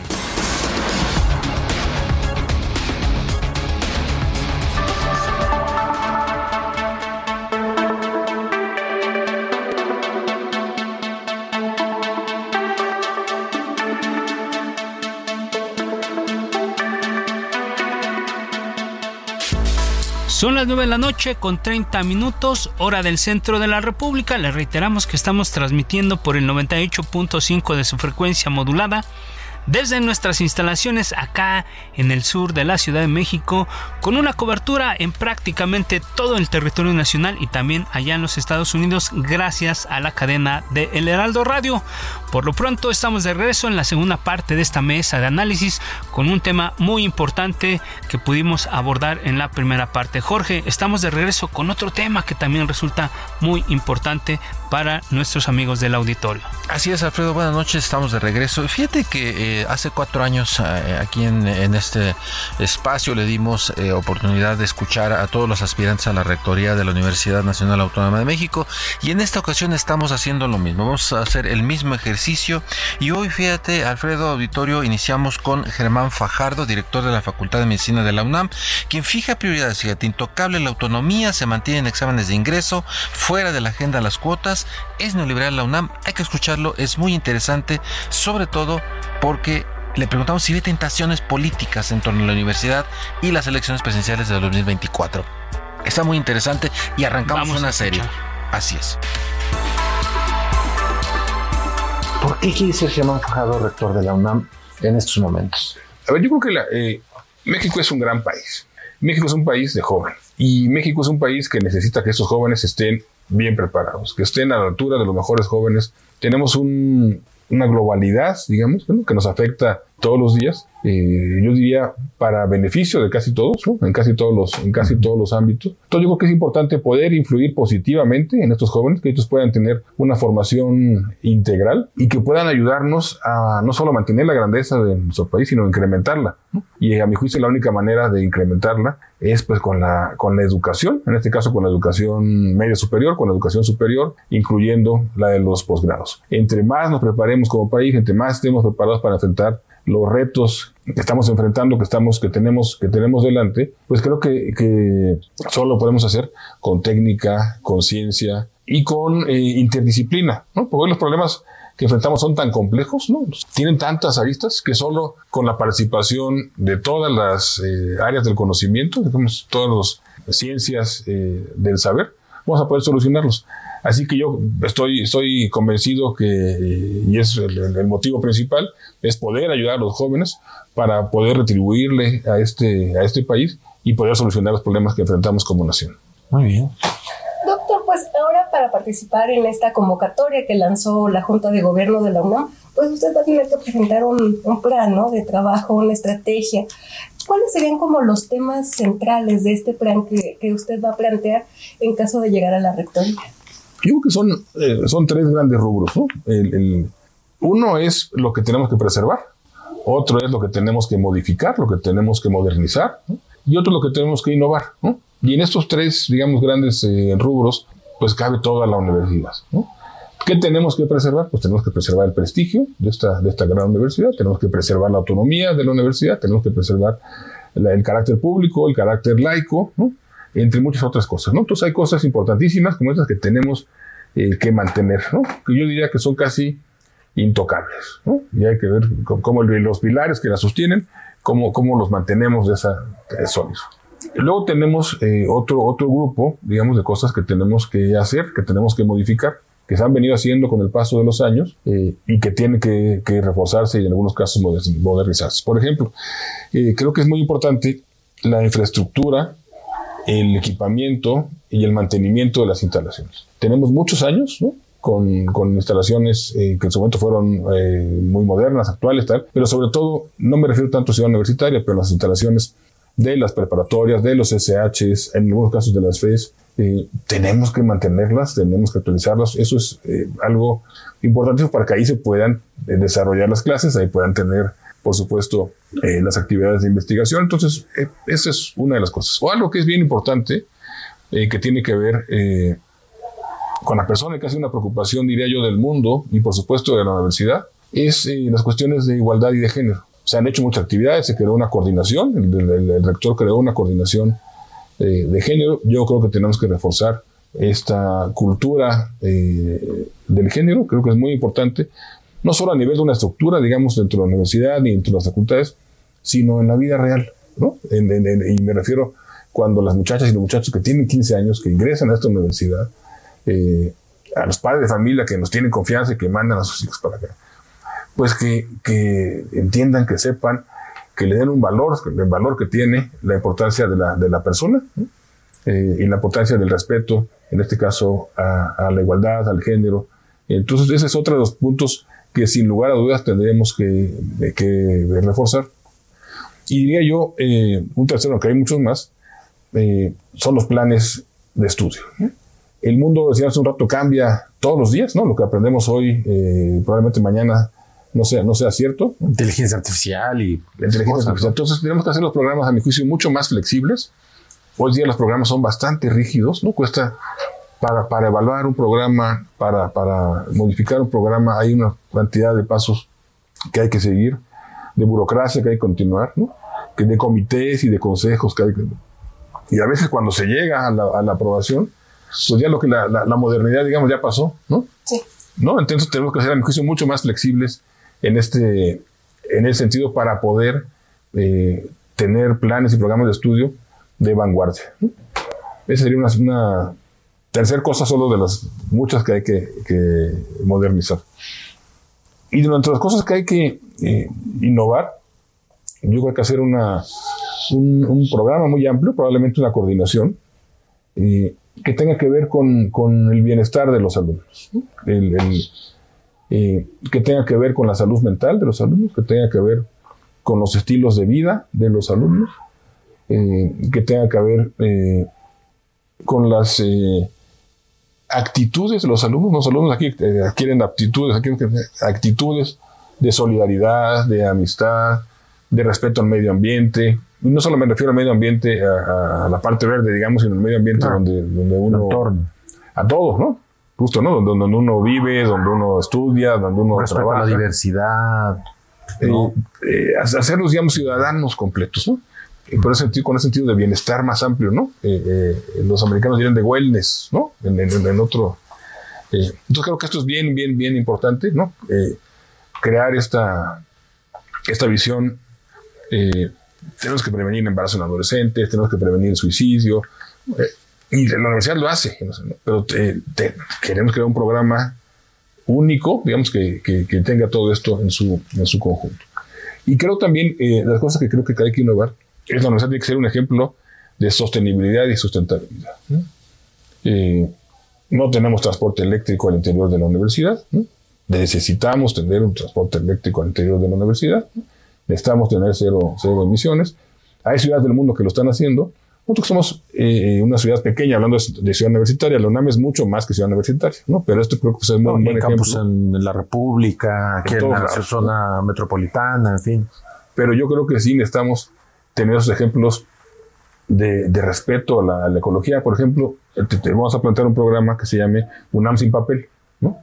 Son las nueve de la noche con treinta minutos, hora del centro de la República. Les reiteramos que estamos transmitiendo por el noventa y ocho punto cinco de su frecuencia modulada desde nuestras instalaciones acá en el sur de la Ciudad de México, con una cobertura en prácticamente todo el territorio nacional y también allá en los Estados Unidos, gracias a la cadena de El Heraldo Radio. Por lo pronto estamos de regreso en la segunda parte de esta mesa de análisis con un tema muy importante que pudimos abordar en la primera parte. Jorge, estamos de regreso con otro tema que también resulta muy importante para nuestros amigos del auditorio. Así es, Alfredo, buenas noches, estamos de regreso. Fíjate que eh, hace cuatro años eh, aquí en, en este espacio le dimos eh, oportunidad de escuchar a todos los aspirantes a la rectoría de la Universidad Nacional Autónoma de México, y en esta ocasión estamos haciendo lo mismo, vamos a hacer el mismo ejercicio, y hoy, fíjate, Alfredo, auditorio, iniciamos con Germán Fajardo, director de la Facultad de Medicina de la UNAM, quien fija prioridades, fíjate, intocable la autonomía, se mantienen exámenes de ingreso, fuera de la agenda las cuotas, es neoliberal la UNAM. Hay que escucharlo, es muy interesante, sobre todo porque le preguntamos si ve tentaciones políticas en torno a la universidad y las elecciones presidenciales de dos mil veinticuatro. Está muy interesante y arrancamos Vamos una serie. Así es. ¿Por qué quiere ser Germán Fajardo rector de la UNAM en estos momentos? A ver, yo creo que la, eh, México es un gran país. México es un país de jóvenes. Y México es un país que necesita que estos jóvenes estén bien preparados, que estén a la altura de los mejores jóvenes. Tenemos un, una globalidad, digamos, ¿no? que nos afecta todos los días, eh, yo diría para beneficio de casi todos, ¿no? en casi todos los en casi todos los ámbitos. Entonces yo creo que es importante poder influir positivamente en estos jóvenes, que ellos puedan tener una formación integral y que puedan ayudarnos a no solo mantener la grandeza de nuestro país, sino incrementarla, ¿no? Y a mi juicio la única manera de incrementarla es pues con la con la educación, en este caso con la educación media superior, con la educación superior, incluyendo la de los posgrados. Entre más nos preparemos como país, entre más estemos preparados para enfrentar los retos que estamos enfrentando, que estamos, que tenemos, que tenemos delante, pues creo que, que solo lo podemos hacer con técnica, con ciencia y con eh, interdisciplina, ¿no? Porque hoy los problemas que enfrentamos son tan complejos, ¿no? Tienen tantas aristas que solo con la participación de todas las eh, áreas del conocimiento, digamos, todas las ciencias eh, del saber, vamos a poder solucionarlos. Así que yo estoy, estoy convencido que, y es el, el motivo principal, es poder ayudar a los jóvenes para poder retribuirle a este, a este país y poder solucionar los problemas que enfrentamos como nación. Muy bien. Doctor, pues ahora para participar en esta convocatoria que lanzó la Junta de Gobierno de la UNAM, pues usted va a tener que presentar un, un plan, ¿no?, de trabajo, una estrategia. ¿Cuáles serían como los temas centrales de este plan que, que usted va a plantear en caso de llegar a la rectoría? Yo creo que son, eh, son tres grandes rubros, ¿no? El, el, uno es lo que tenemos que preservar, otro es lo que tenemos que modificar, lo que tenemos que modernizar, ¿no? Y otro es lo que tenemos que innovar, ¿no? Y en estos tres, digamos, grandes eh, rubros, pues cabe toda la universidad, ¿no? ¿Qué tenemos que preservar? Pues tenemos que preservar el prestigio de esta, de esta gran universidad, tenemos que preservar la autonomía de la universidad, tenemos que preservar la, el carácter público, el carácter laico, ¿no?, entre muchas otras cosas, ¿no? Entonces hay cosas importantísimas como estas que tenemos eh, que mantener, ¿no? Que yo diría que son casi intocables, ¿no? Y hay que ver cómo los pilares que las sostienen, cómo, cómo los mantenemos de esa de sólidos. Luego tenemos eh, otro, otro grupo, digamos, de cosas que tenemos que hacer, que tenemos que modificar, que se han venido haciendo con el paso de los años eh, y que tienen que, que reforzarse y en algunos casos modernizarse. Por ejemplo, eh, creo que es muy importante la infraestructura, el equipamiento y el mantenimiento de las instalaciones. Tenemos muchos años, ¿no?, con, con instalaciones eh, que en su momento fueron eh, muy modernas, actuales, tal, pero sobre todo, no me refiero tanto a ciudad universitaria, pero las instalaciones de las preparatorias, de los S Hs, en algunos casos de las F E S, eh, tenemos que mantenerlas, tenemos que actualizarlas. Eso es eh, algo importante para que ahí se puedan eh, desarrollar las clases, ahí puedan tener, por supuesto, eh, las actividades de investigación. Entonces, eh, esa es una de las cosas. O algo que es bien importante, eh, que tiene que ver eh, con la persona, que hace una preocupación, diría yo, del mundo y, por supuesto, de la universidad, es eh, las cuestiones de igualdad y de género. Se han hecho muchas actividades, se creó una coordinación, el, el, el rector creó una coordinación eh, de género. Yo creo que tenemos que reforzar esta cultura eh, del género, creo que es muy importante, no solo a nivel de una estructura, digamos, dentro de la universidad ni dentro de las facultades, sino en la vida real, ¿no? En, en, en, y me refiero cuando las muchachas y los muchachos que tienen quince años, que ingresan a esta universidad, eh, a los padres de familia que nos tienen confianza y que mandan a sus hijos para acá, pues que, que entiendan, que sepan, que le den un valor, el valor que tiene la importancia de la, de la persona, ¿no? eh, y la importancia del respeto, en este caso, a, a la igualdad, al género. Entonces, ese es otro de los puntos que sin lugar a dudas tendremos que, que reforzar. Y diría yo, eh, un tercero, que hay muchos más, eh, son los planes de estudio, ¿no? El mundo, decía hace un rato, cambia todos los días, ¿no? Lo que aprendemos hoy, eh, probablemente mañana no sea, no sea cierto. Inteligencia artificial y... La inteligencia artificial. Entonces tenemos que hacer los programas, a mi juicio, mucho más flexibles. Hoy día los programas son bastante rígidos, ¿no? Cuesta, para, para evaluar un programa, para, para modificar un programa, hay una cantidad de pasos que hay que seguir, de burocracia que hay que continuar, ¿no? Que de comités y de consejos que hay que... Y a veces cuando se llega a la, a la aprobación, pues ya lo que la, la, la modernidad, digamos, ya pasó, ¿no? Sí. ¿No? Entonces tenemos que ser, a mi juicio, mucho más flexibles en este, en el sentido para poder eh, tener planes y programas de estudio de vanguardia, ¿no? Esa sería una, una tercera cosa, solo de las muchas que hay que, que modernizar. Y de entre las cosas que hay que eh, innovar, yo creo que hay que hacer una, un, un programa muy amplio, probablemente una coordinación, eh, que tenga que ver con, con el bienestar de los alumnos, ¿no? el, el, eh, que tenga que ver con la salud mental de los alumnos, que tenga que ver con los estilos de vida de los alumnos, eh, que tenga que ver eh, con las eh, actitudes de los alumnos. Los alumnos aquí eh, adquieren aptitudes, adquieren actitudes de solidaridad, de amistad, de respeto al medio ambiente. Y no solo me refiero al medio ambiente, a, a la parte verde, digamos, sino al medio ambiente claro. donde, donde uno... Entorno. A todos, ¿no? Justo, ¿no? Donde, donde uno vive, donde uno estudia, donde uno respeto trabaja. A la diversidad. ¿No? Eh, eh, hacerlos, digamos, ciudadanos completos, ¿no? Y por ese sentido, con ese sentido de bienestar más amplio, ¿no? Eh, eh, los americanos dirían de wellness, ¿no? En, en, en otro... Eh, entonces creo que esto es bien, bien, bien importante, ¿no? Eh, crear esta, esta visión. Eh, tenemos que prevenir embarazos en adolescentes, tenemos que prevenir el suicidio, eh, y la universidad lo hace, ¿no? Pero te, te, queremos crear un programa único, digamos, que, que, que tenga todo esto en su, en su conjunto. Y creo también, eh, las cosas que creo que hay que innovar, es la universidad tiene que ser un ejemplo de sostenibilidad y sustentabilidad, ¿no? Eh, no tenemos transporte eléctrico al interior de la universidad, ¿no? Necesitamos tener un transporte eléctrico al interior de la universidad, ¿no? Necesitamos tener cero, cero emisiones. Hay ciudades del mundo que lo están haciendo. Nosotros somos eh, una ciudad pequeña, hablando de, de ciudad universitaria. La UNAM es mucho más que ciudad universitaria, ¿no? Pero esto creo que es un no, buen ejemplo. Campus en la República, aquí en, en la lados, zona ¿no? metropolitana, en fin. Pero yo creo que sí necesitamos tener esos ejemplos de, de respeto a la, a la ecología. Por ejemplo, te, te vamos a plantear un programa que se llame UNAM sin papel, ¿no?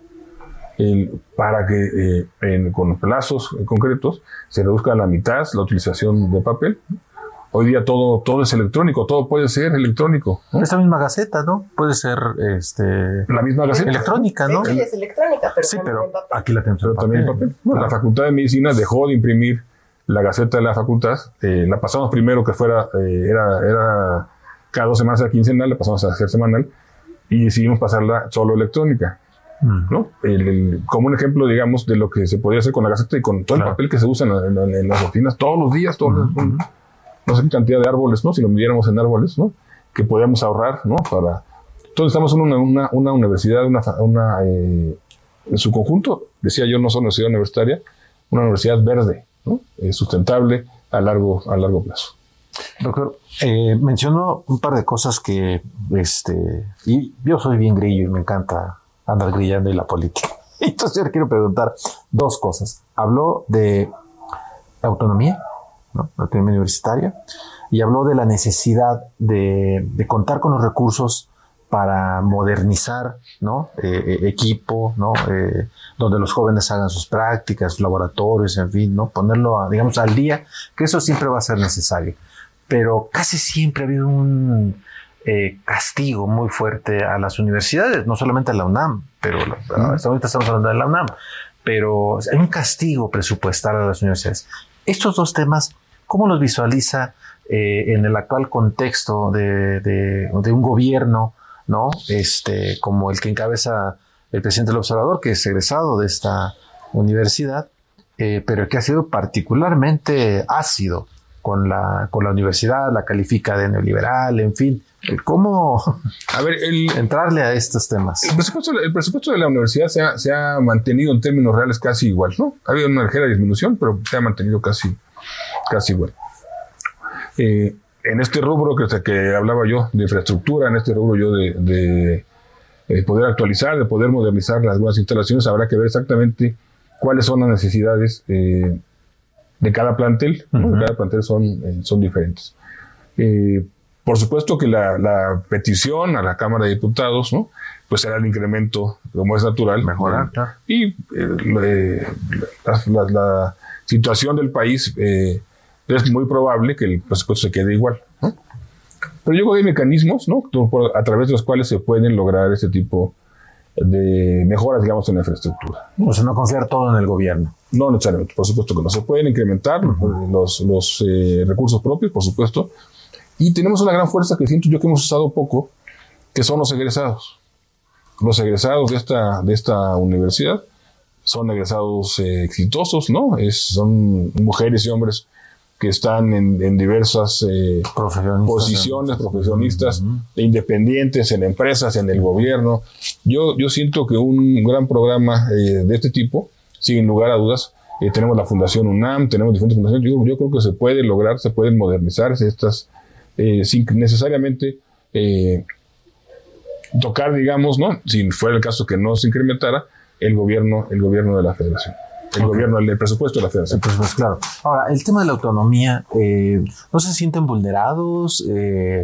El, para que eh, en, con plazos concretos se reduzca a la mitad la utilización de papel. Hoy día todo, todo es electrónico, todo puede ser electrónico, ¿no? Esta misma Gaceta, ¿no? Puede ser este, la misma Gaceta. Electrónica, ¿no? Sí, es electrónica, pero, sí, pero pero aquí la tenemos en papel. También en papel. Bueno, claro. La Facultad de Medicina dejó de imprimir la Gaceta de la facultad. Eh, la pasamos primero que fuera, eh, era, era cada dos semanas a quincenal, la pasamos a hacer semanal y decidimos pasarla solo electrónica. ¿No? El, el, como un ejemplo, digamos, de lo que se podría hacer con la Gaceta y con todo claro. el papel que se usa en, en, en las oficinas todos los días, todos uh-huh. los, no sé qué cantidad de árboles, ¿no? Si lo midiéramos en árboles, ¿no? Que podíamos ahorrar, ¿no? Para... Entonces estamos en una, una, una universidad, una, una eh, en su conjunto, decía yo, no solo universidad universitaria, una universidad verde, ¿no? Eh, sustentable a largo, a largo plazo. Doctor, eh, mencionó un par de cosas que, este, y yo soy bien grillo y me encanta andar grillando en la política. Entonces yo le quiero preguntar dos cosas. Habló de autonomía, ¿no? La autonomía universitaria, y habló de la necesidad de, de contar con los recursos para modernizar, ¿no? Eh, equipo, ¿no? Eh, donde los jóvenes hagan sus prácticas, sus laboratorios, en fin, ¿no? Ponerlo, a, digamos, al día, que eso siempre va a ser necesario. Pero casi siempre ha habido un Eh, castigo muy fuerte a las universidades, no solamente a la UNAM, pero la, hasta ahorita estamos hablando de la UNAM, pero hay un castigo presupuestal a las universidades. Estos dos temas, ¿cómo los visualiza eh, en el actual contexto de, de, de un gobierno, ¿no? Este, como el que encabeza el presidente del Observador, que es egresado de esta universidad, eh, pero que ha sido particularmente ácido con la, con la universidad, la califica de neoliberal, en fin? ¿Cómo a ver, el, entrarle a estos temas? El presupuesto, el presupuesto de la universidad se ha, se ha mantenido en términos reales casi igual, ¿no? Ha habido una ligera disminución, pero se ha mantenido casi, casi igual. Eh, en este rubro que, que hablaba yo de infraestructura, en este rubro yo de, de, de poder actualizar, de poder modernizar las nuevas instalaciones, habrá que ver exactamente cuáles son las necesidades eh, de cada plantel, ¿no? Uh-huh. Cada plantel son, eh, son diferentes. Eh, Por supuesto que la, la petición a la Cámara de Diputados, ¿no? Pues será el incremento, como es natural. Mejorar. ¿no? Y eh, la, la, la situación del país eh, es muy probable que el presupuesto se quede igual, ¿no? Pero yo creo que hay mecanismos, ¿no? A través de los cuales se pueden lograr este tipo de mejoras, digamos, en la infraestructura. O sea, no confiar todo en el gobierno. No necesariamente, por supuesto que no. Se pueden incrementar uh-huh. los, los eh, recursos propios, por supuesto. Y tenemos una gran fuerza que siento yo que hemos usado poco, que son los egresados. Los egresados de esta, de esta universidad son egresados eh, exitosos, ¿no? Es, son mujeres y hombres que están en, en diversas eh, posiciones, profesionistas, uh-huh. independientes, en empresas, en el gobierno. Yo, yo siento que un gran programa eh, de este tipo, sin lugar a dudas, eh, tenemos la Fundación UNAM, tenemos diferentes fundaciones. Yo, yo creo que se puede lograr, se pueden modernizar estas, eh, sin necesariamente eh, tocar, digamos, ¿no? Si fuera el caso que no se incrementara el gobierno, el gobierno de la Federación. El okay. gobierno, el presupuesto de la Federación. Pues, pues claro. Ahora, el tema de la autonomía, eh, ¿no se sienten vulnerados eh,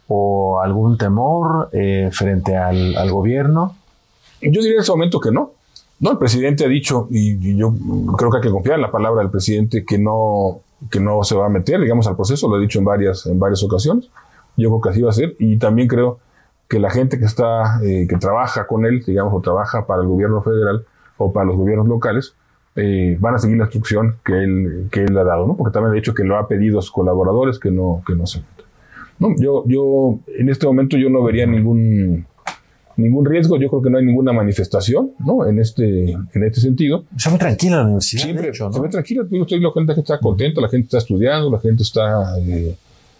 o algún temor eh, frente al, al gobierno? Yo diría en ese momento que no. No, el presidente ha dicho, y, y yo creo que hay que confiar en la palabra del presidente, que no, que no se va a meter, digamos, al proceso. Lo he dicho en varias, en varias ocasiones. Yo creo que así va a ser. Y también creo que la gente que está, eh, que trabaja con él, digamos, o trabaja para el gobierno federal o para los gobiernos locales, eh, van a seguir la instrucción que él, que él ha dado, ¿no? Porque también ha dicho que lo ha pedido a sus colaboradores que no, que no se metan. No, yo, yo, en este momento yo no vería ningún, ningún riesgo. Yo creo que no hay ninguna manifestación, ¿no? En este, en este sentido. Se ve tranquila la universidad. Siempre, hecho, ¿no? Se ve tranquila. Yo estoy, la gente está contenta, la gente está estudiando, la gente está eh,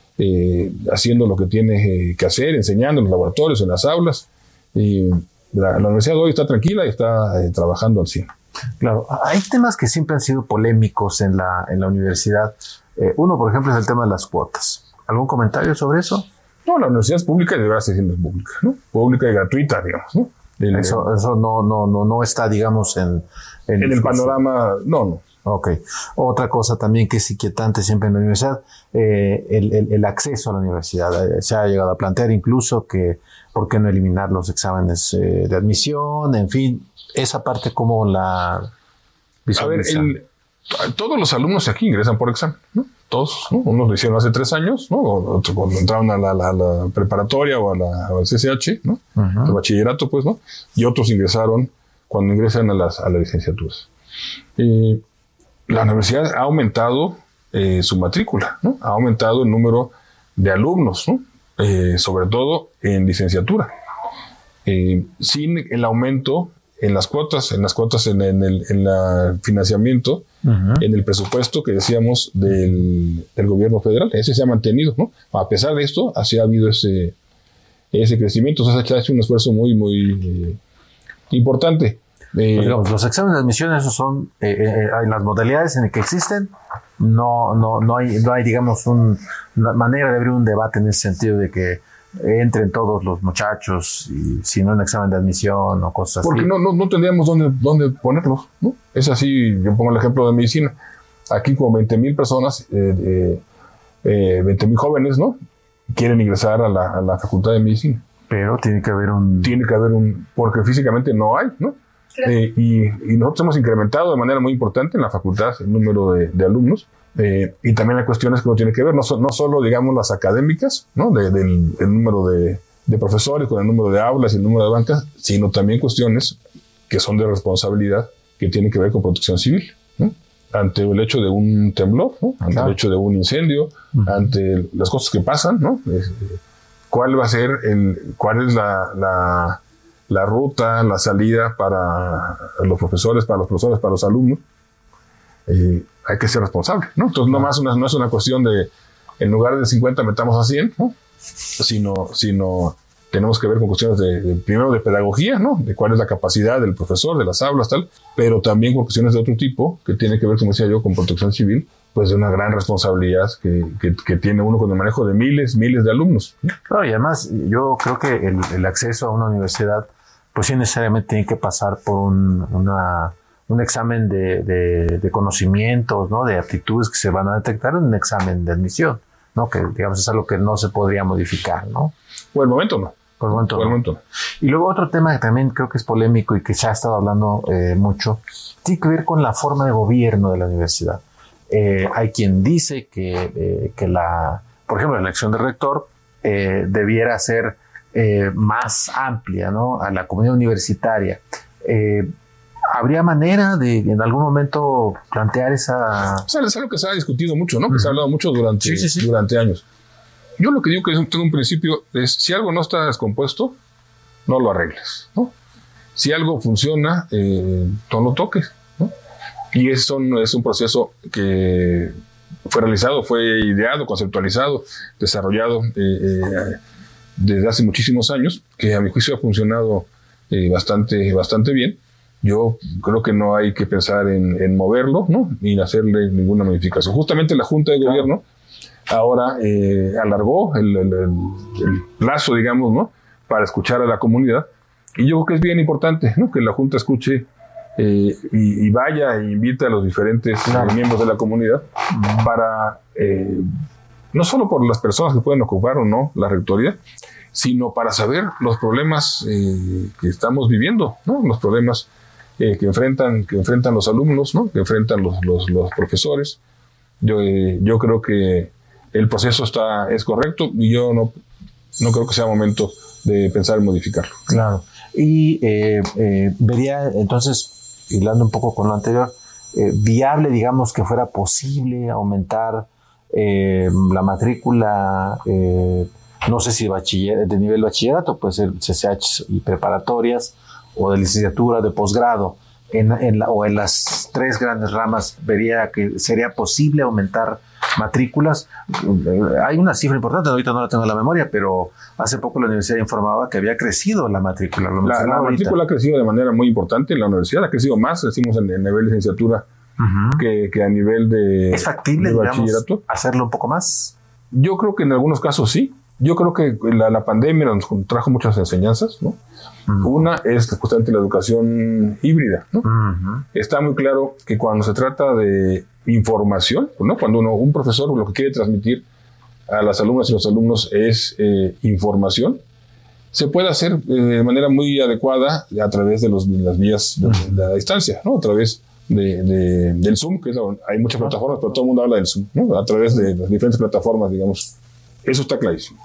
eh, haciendo lo que tiene eh, que hacer, enseñando en los laboratorios, en las aulas. Y la, la universidad hoy está tranquila y está eh, trabajando al cien. Claro, hay temas que siempre han sido polémicos en la, en la universidad. Eh, uno, por ejemplo, es el tema de las cuotas. ¿Algún comentario sobre eso? No, la universidad es pública y deberá seguir siendo pública, ¿no? Pública y gratuita, digamos, ¿no? El, eso eso no, no, no, no está, digamos, en... En, en el panorama, no, no. Ok. Otra cosa también que es inquietante siempre en la universidad, eh, el, el, el acceso a la universidad. Eh, se ha llegado a plantear incluso que por qué no eliminar los exámenes eh, de admisión, en fin, esa parte como la visualiza. A ver, el, todos los alumnos aquí ingresan por examen, ¿no? Todos, ¿no? Unos lo hicieron hace tres años, ¿no? Otros cuando entraron a la, la, la preparatoria o a la, al C C H, ¿no? Uh-huh. El bachillerato, pues, ¿no? Y otros ingresaron cuando ingresan a las, a las licenciaturas. Eh, la universidad ha aumentado eh, su matrícula, ¿no? Ha aumentado el número de alumnos, ¿no? Eh, sobre todo en licenciatura. Eh, sin el aumento en las cuotas, en las cuotas en, en el en la financiamiento, uh-huh. en el presupuesto que decíamos del, del gobierno federal. Ese se ha mantenido, ¿no? A pesar de esto, así ha habido ese, ese crecimiento. O sea, se ha hecho un esfuerzo muy, muy eh, importante. Eh, pues digamos, los exámenes de admisión, esos son eh, eh, en las modalidades en las que existen. No, no, no hay, no hay, digamos, un, una manera de abrir un debate en ese sentido de que entren todos los muchachos, y si no en examen de admisión o cosas Porque así. Porque no, no, no tendríamos dónde, dónde ponerlos, ¿no? Es así, yo pongo el ejemplo de medicina. Aquí con veinte mil personas, eh, eh, veinte mil jóvenes, ¿no? Quieren ingresar a la, a la facultad de medicina. Pero tiene que haber un... Tiene que haber un... Porque físicamente no hay, ¿no? Eh, y, y nosotros hemos incrementado de manera muy importante en la facultad el número de, de alumnos. Eh, y también hay cuestiones que uno tiene que ver, no, so, no solo, digamos, las académicas, ¿no? De, del el número de, de profesores, con el número de aulas y el número de bancas, sino también cuestiones que son de responsabilidad, que tienen que ver con protección civil, ¿no? Ante el hecho de un temblor, ¿no? Ante claro. el hecho de un incendio, uh-huh. ante las cosas que pasan, ¿no? ¿Cuál va a ser, el, cuál es la, la, la ruta, la salida para los profesores, para los profesores, para los alumnos? Eh, hay que ser responsable, ¿no? Entonces no, más una, no es una cuestión de en lugar de cincuenta metamos a cien, ¿no? Sino, sino tenemos que ver con cuestiones de, de primero de pedagogía, ¿no? De cuál es la capacidad del profesor, de las aulas, tal, pero también con cuestiones de otro tipo que tiene que ver, como decía yo, con protección civil, pues de una gran responsabilidad que, que, que tiene uno con el manejo de miles, miles de alumnos, ¿no? Claro, y además yo creo que el, el acceso a una universidad, pues sí necesariamente tiene que pasar por un, una... un examen de, de, de conocimientos, ¿no? De aptitudes que se van a detectar en un examen de admisión, ¿no? Que, digamos, es algo que no se podría modificar, ¿no? Por el momento no. Por el momento, Por el no. momento no. Y luego otro tema que también creo que es polémico y que se ha estado hablando eh, mucho, tiene que ver con la forma de gobierno de la universidad. Eh, hay quien dice que, eh, que la, por ejemplo, la elección de rector eh, debiera ser eh, más amplia, ¿no? A la comunidad universitaria. Eh, ¿Habría manera de en algún momento plantear esa...? O sea, es algo que se ha discutido mucho, ¿no? Que uh-huh. se ha hablado mucho durante, sí, sí, sí. durante años. Yo lo que digo que tengo un principio es, si algo no está descompuesto, no lo arregles, ¿no? Si algo funciona, eh, no lo toques, ¿no? Y eso es un proceso que fue realizado, fue ideado, conceptualizado, desarrollado eh, eh, desde hace muchísimos años, que a mi juicio ha funcionado eh, bastante, bastante bien. yo creo que no hay que pensar en, en moverlo, ¿no? Ni hacerle ninguna modificación. Justamente la Junta de Gobierno ahora eh, alargó el, el, el, el plazo, digamos, ¿no? Para escuchar a la comunidad. Y yo creo que es bien importante, ¿no? Que la Junta escuche eh, y, y vaya e invite a los diferentes claro. eh, miembros de la comunidad para, eh, no solo por las personas que pueden ocupar o no la rectoría, sino para saber los problemas eh, que estamos viviendo, ¿no? Los problemas eh, que enfrentan que enfrentan los alumnos, ¿no? Que enfrentan los, los, los profesores. Yo, eh, yo creo que el proceso está es correcto y yo no, no creo que sea momento de pensar en modificarlo. Claro. Y eh, eh, vería entonces, hilando un poco con lo anterior, eh, viable, digamos, que fuera posible aumentar eh, la matrícula, eh, no sé si bachiller, de nivel bachillerato, puede ser C C H y preparatorias, o de licenciatura, de posgrado, en, en la, o en las tres grandes ramas, vería que sería posible aumentar matrículas. Hay una cifra importante, ahorita no la tengo en la memoria, pero hace poco la universidad informaba que había crecido la matrícula. Lo la, la matrícula ha crecido de manera muy importante en la universidad, ha crecido más, decimos, en, en nivel de licenciatura uh-huh. que, que a nivel de, ¿Es factible, de digamos, bachillerato. hacerlo un poco más? Yo creo que en algunos casos sí. Yo creo que la, la pandemia nos trajo muchas enseñanzas, ¿no? Uh-huh. Una es justamente la educación híbrida, ¿no? Uh-huh. Está muy claro que cuando se trata de información, ¿no? Cuando uno, un profesor lo que quiere transmitir a las alumnas y los alumnos es eh, información, se puede hacer eh, de manera muy adecuada a través de, los, de las vías de, de la distancia, ¿no? A través de, de, del Zoom, que es la, hay muchas plataformas, pero todo el mundo habla del Zoom, ¿no? A través de las diferentes plataformas, digamos. Eso está clarísimo.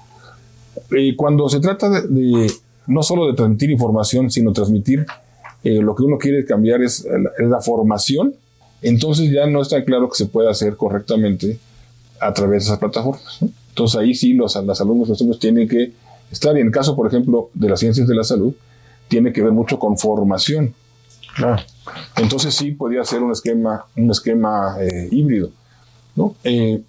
Eh, cuando se trata de, de no solo de transmitir información, sino transmitir eh, lo que uno quiere cambiar es la, es la formación, entonces ya no está claro que se pueda hacer correctamente a través de esas plataformas, ¿no? Entonces ahí sí los, los alumnos los alumnos tienen que estar, y en el caso, por ejemplo, de las ciencias de la salud, tiene que ver mucho con formación. Claro. Entonces sí podría ser un esquema, un esquema eh, híbrido, ¿no? Eh,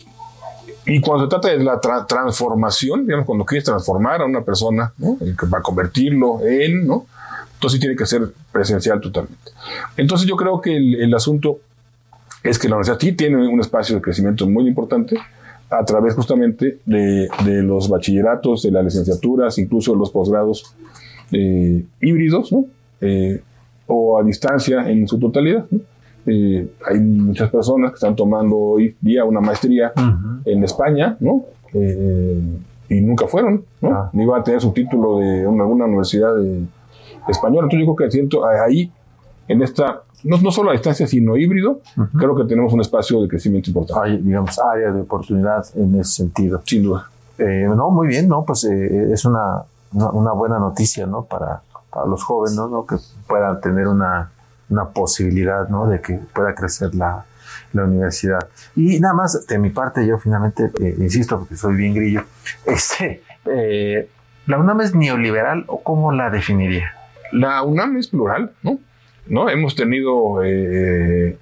Y cuando se trata de la tra- transformación, digamos, cuando quieres transformar a una persona, ¿no? Para convertirlo en, ¿no? Entonces tiene que ser presencial totalmente. Entonces yo creo que el, el asunto es que la universidad sí tiene un espacio de crecimiento muy importante a través justamente de, de los bachilleratos, de las licenciaturas, incluso los posgrados eh, híbridos, ¿no? Eh, o a distancia en su totalidad, ¿no? Eh, hay muchas personas que están tomando hoy día una maestría uh-huh. en España, ¿no? Eh, y nunca fueron, ¿no? Ah. Ni iban a tener su título de una, alguna universidad de, española. Entonces yo creo que siento ahí, en esta, no, no solo a distancia, sino híbrido, uh-huh. creo que tenemos un espacio de crecimiento importante. Hay, digamos, área de oportunidad en ese sentido. Sin duda. Eh, no, muy bien, ¿no? Pues eh, es una, una, una buena noticia, ¿no? Para, para los jóvenes, ¿no? ¿no? Que puedan tener una una posibilidad, ¿no? De que pueda crecer la, la universidad. Y nada más, de mi parte, yo finalmente, eh, insisto, porque soy bien grillo, este, eh, ¿la UNAM es neoliberal o cómo la definiría? La UNAM es plural, ¿no? ¿No? Hemos tenido, eh,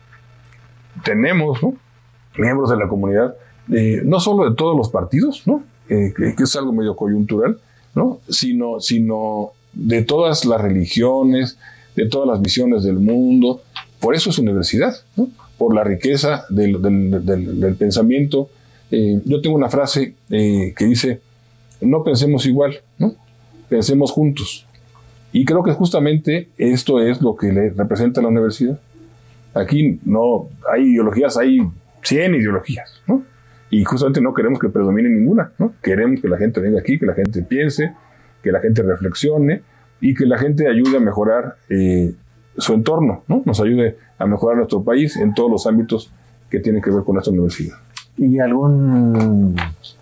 tenemos, ¿no? Miembros de la comunidad, eh, no solo de todos los partidos, ¿no? Eh, que, que es algo medio coyuntural, ¿no? Sino, sino de todas las religiones, de todas las visiones del mundo. Por eso es universidad, ¿no? Por la riqueza del, del, del, del pensamiento. Eh, yo tengo una frase eh, que dice, no pensemos igual, ¿no? Pensemos juntos. Y creo que justamente esto es lo que le representa a la universidad. Aquí no hay ideologías, hay cien ideologías, ¿no? Y justamente no queremos que predomine ninguna, ¿no? Queremos que la gente venga aquí, que la gente piense, que la gente reflexione, y que la gente ayude a mejorar eh, su entorno, ¿no? Nos ayude a mejorar nuestro país en todos los ámbitos que tienen que ver con nuestra universidad. ¿Y algún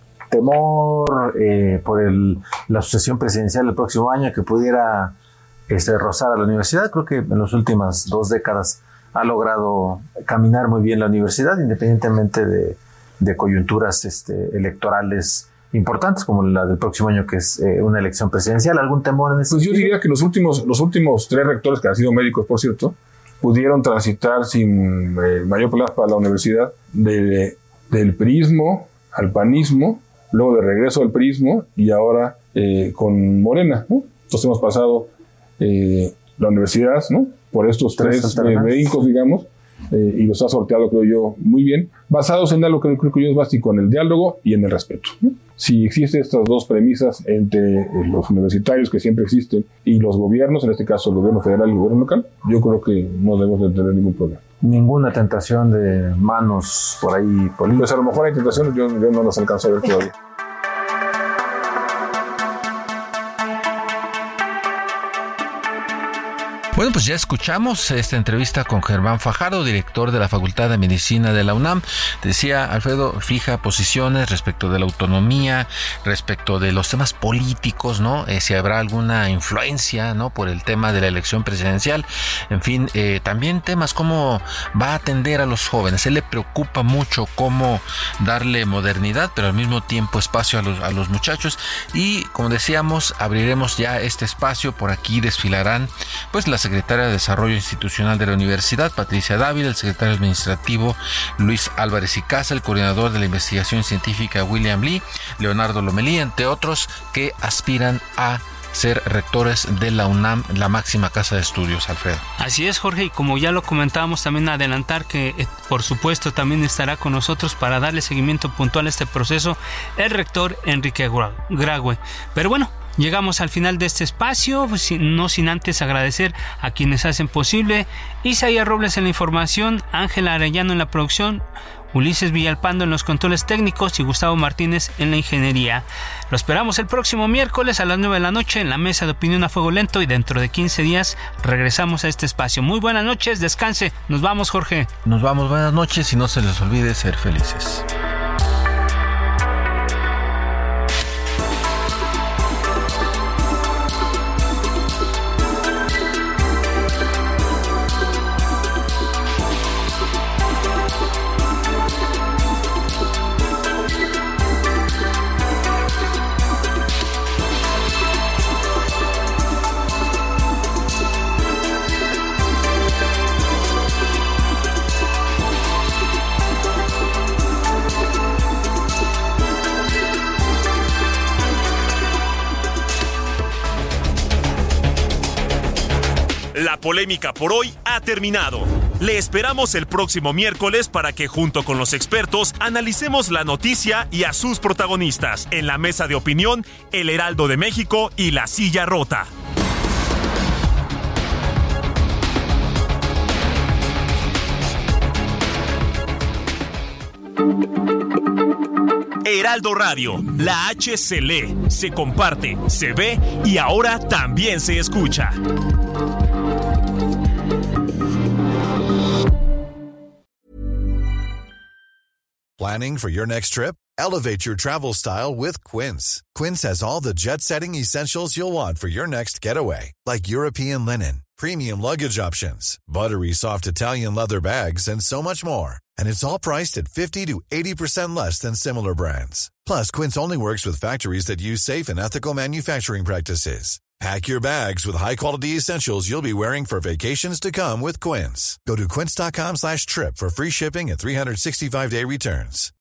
temor eh, por el, la sucesión presidencial del próximo año que pudiera este, rozar a la universidad? Creo que en las últimas dos décadas ha logrado caminar muy bien la universidad, independientemente de, de coyunturas este, electorales importantes como la del próximo año, que es eh, una elección presidencial. ¿Algún temor en ese Pues sentido? yo diría que los últimos, los últimos tres rectores, que han sido médicos, por cierto, pudieron transitar sin eh, mayor problema para la universidad de, del prismo al panismo, luego de regreso al prismo y ahora eh, con Morena, ¿no? Entonces hemos pasado eh, la universidad, ¿no? por estos tres, tres eh, médicos, digamos, eh, y los ha sorteado, creo yo, muy bien, basados en algo que creo que yo es básico, en el diálogo y en el respeto, ¿no? Si existen estas dos premisas entre eh, los universitarios, que siempre existen, y los gobiernos, en este caso el gobierno federal y el gobierno local, yo creo que no debemos de tener ningún problema. Ninguna tentación de manos por ahí políticas. Pues a lo mejor hay tentaciones, yo, yo no las alcanzo a ver todavía. Bueno, pues ya escuchamos esta entrevista con Germán Fajardo, director de la Facultad de Medicina de la UNAM. Decía Alfredo, fija posiciones respecto de la autonomía, respecto de los temas políticos, ¿no? Eh, si habrá alguna influencia, ¿no? Por el tema de la elección presidencial. En fin, eh, también temas como va a atender a los jóvenes. Él le preocupa mucho cómo darle modernidad, pero al mismo tiempo espacio a los, a los muchachos. Y como decíamos, abriremos ya este espacio. Por aquí desfilarán, pues, las secretaria de Desarrollo Institucional de la Universidad, Patricia Dávila, el secretario administrativo Luis Álvarez y Casa, el coordinador de la investigación científica William Lee, Leonardo Lomelí, entre otros que aspiran a ser rectores de la UNAM, la máxima casa de estudios, Alfredo. Así es, Jorge, y como ya lo comentábamos, también adelantar que eh, por supuesto también estará con nosotros para darle seguimiento puntual a este proceso el rector Enrique Graue. Pero bueno, llegamos al final de este espacio, no sin antes agradecer a quienes hacen posible: Isaías Robles en la información, Ángela Arellano en la producción, Ulises Villalpando en los controles técnicos y Gustavo Martínez en la ingeniería. Lo esperamos el próximo miércoles a las nueve de la noche en la mesa de opinión a fuego lento, y dentro de quince días regresamos a este espacio. Muy buenas noches, descanse. Nos vamos, Jorge. Nos vamos, buenas noches, y no se les olvide ser felices. La polémica por hoy ha terminado. Le esperamos el próximo miércoles para que junto con los expertos analicemos la noticia y a sus protagonistas en la mesa de opinión El Heraldo de México y La Silla Rota. Heraldo Radio, la H se lee, se comparte, se ve y ahora también se escucha. Planning for your next trip? Elevate your travel style with Quince. Quince has all the jet-setting essentials you'll want for your next getaway, like European linen, premium luggage options, buttery soft Italian leather bags, and so much more. And it's all priced at fifty to eighty percent less than similar brands. Plus, Quince only works with factories that use safe and ethical manufacturing practices. Pack your bags with high-quality essentials you'll be wearing for vacations to come with Quince. Go to quince.com slash trip for free shipping and three sixty-five day returns.